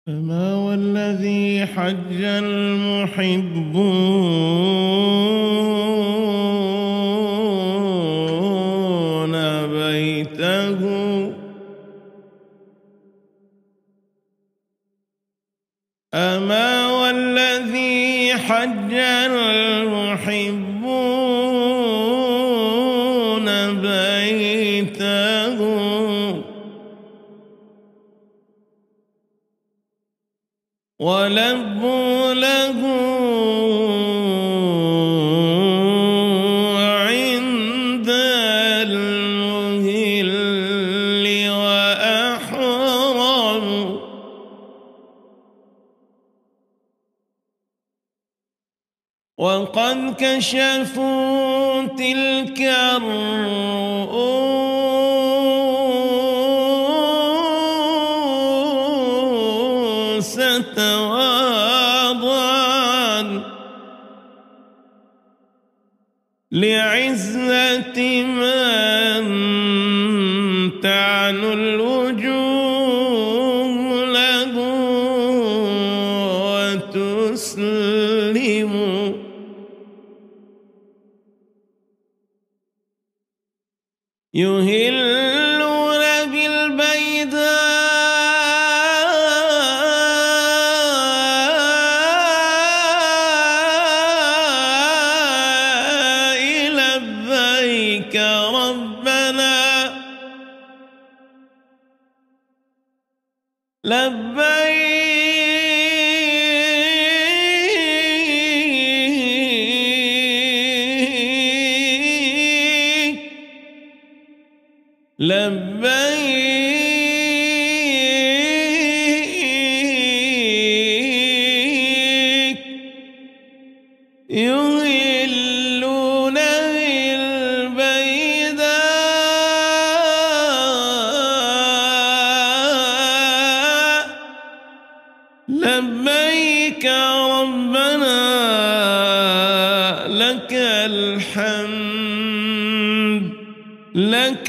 فما والذي حج المحبون بيته أما والذي حج المحبون بيته ولبوا له عند المهل وأحرموا وقد كشفوا تلك الرؤوس تواضعا لعزة من تعنو الوجوه له وتسلم يهلون بالبيداء لبيك ربنا لبيك يهلون بالبيداء لبيك ربنا لك الحمد لك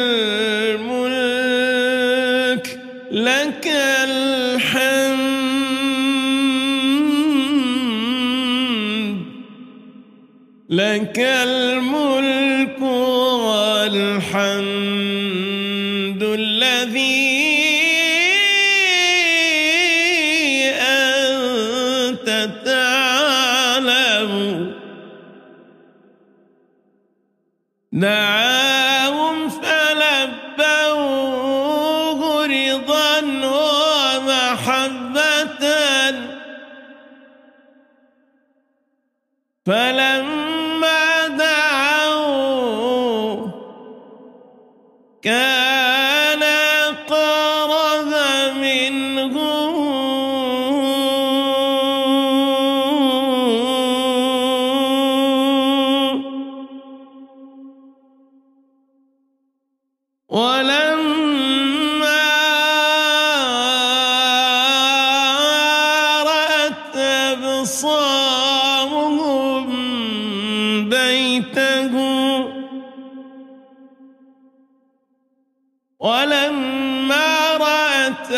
الملك لك الحمد لك الملك والحمد الذي أنت تعلم دعاهم فلبوه رضا ومحبة فلما دعوا كان قرب منهم ولما رأت أبصارهم بيته ولما رأت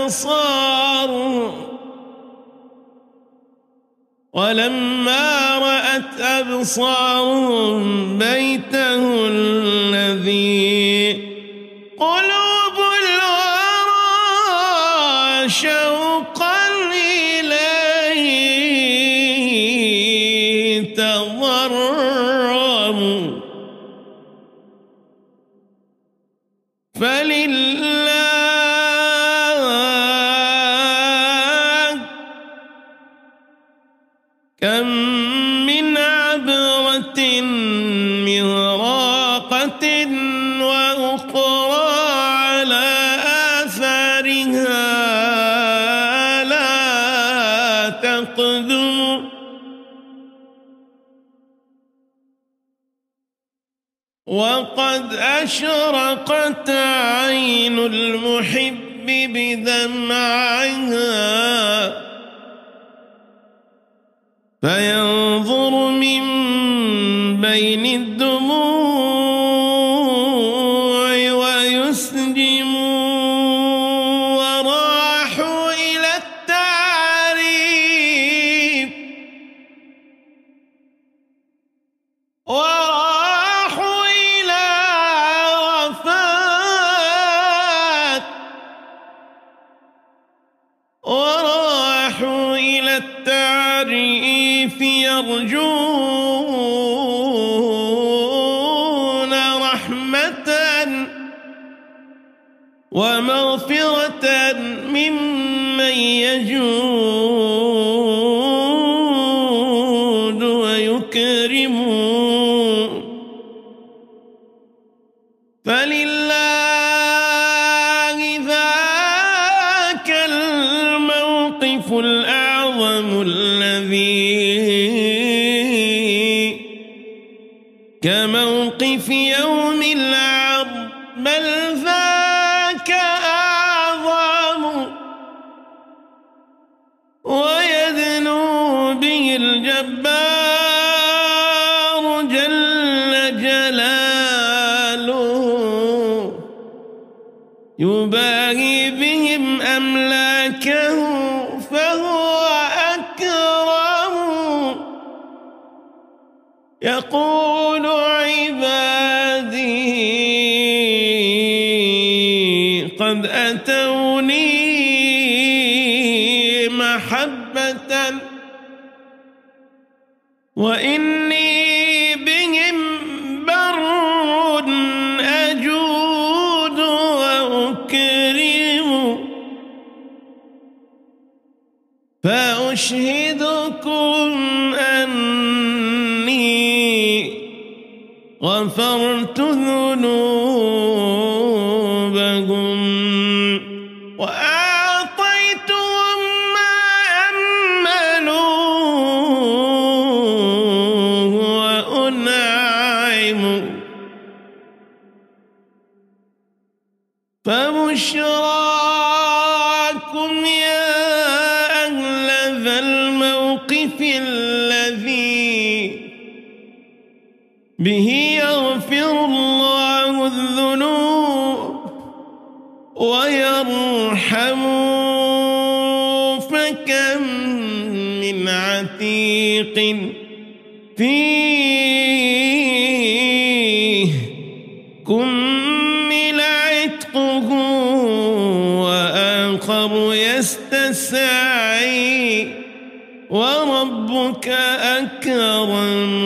أبصارهم بيته الذي قلوب الورى شوقا إليه تضرموا فلله كم من عبرة مغراقة وأخرى على آثارها لا تقدم وقد أشرقت عين المحب بدمعها فينظر من بين الدموع ويسجم وراحوا إلى الموقف يرجون رحمة ومغفرة ممن يجود ويكرم، فلله ذاك الموقف الأعظم الذي كموقف يوم العرض، بل ذاك أعظم ويدنو به الجبار جل جلاله، يباهي بهم أملاكه فهو أكرم، يقول عبادي قد أتوني محبة وإني بهم بر أجود وأكرم، فأشهدكم أني غفرت ذنوبهم وأعطيتهم ما أملوه وأنعم، فبشراكم يا أهل ذا الموقف الذي به يغفر الله الذنوب ويرحم، فكم من عتيق فيه كمل عتقه وآخر يستسعي وربك أكرم.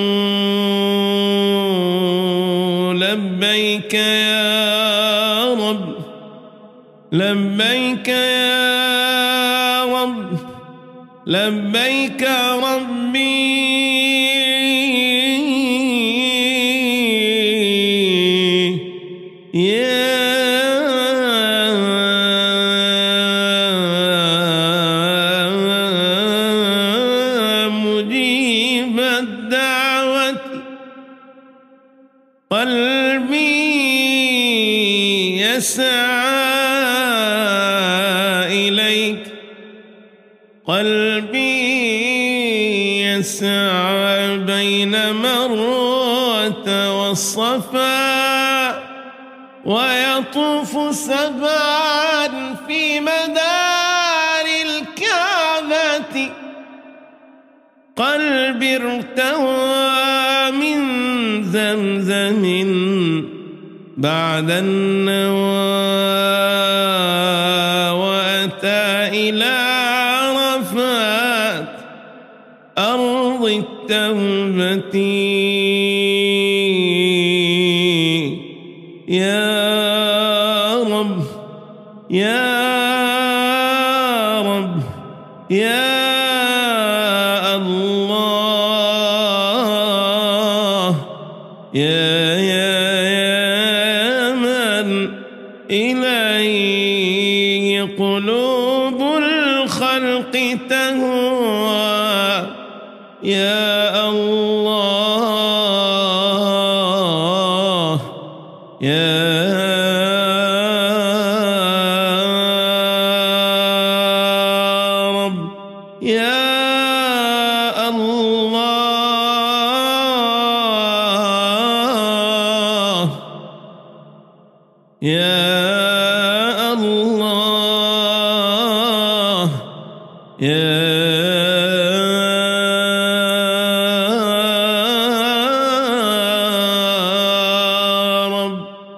لبيك يا رب لبيك يا رب لبيك ربي يا مجيب الدعوة، قلبي يسعى إليك، قلبي يسعى بين مروة والصفا ويطوف سبعا في مدار الكعبة، قلبي ارتوى من زمزم بعد النوى وأتى إلى عرفات أرض التوبة. يا رب يا رب يا الله يا من إليه قلوب الخلق تهوى، يا الله يا رب يا الله يا الله يا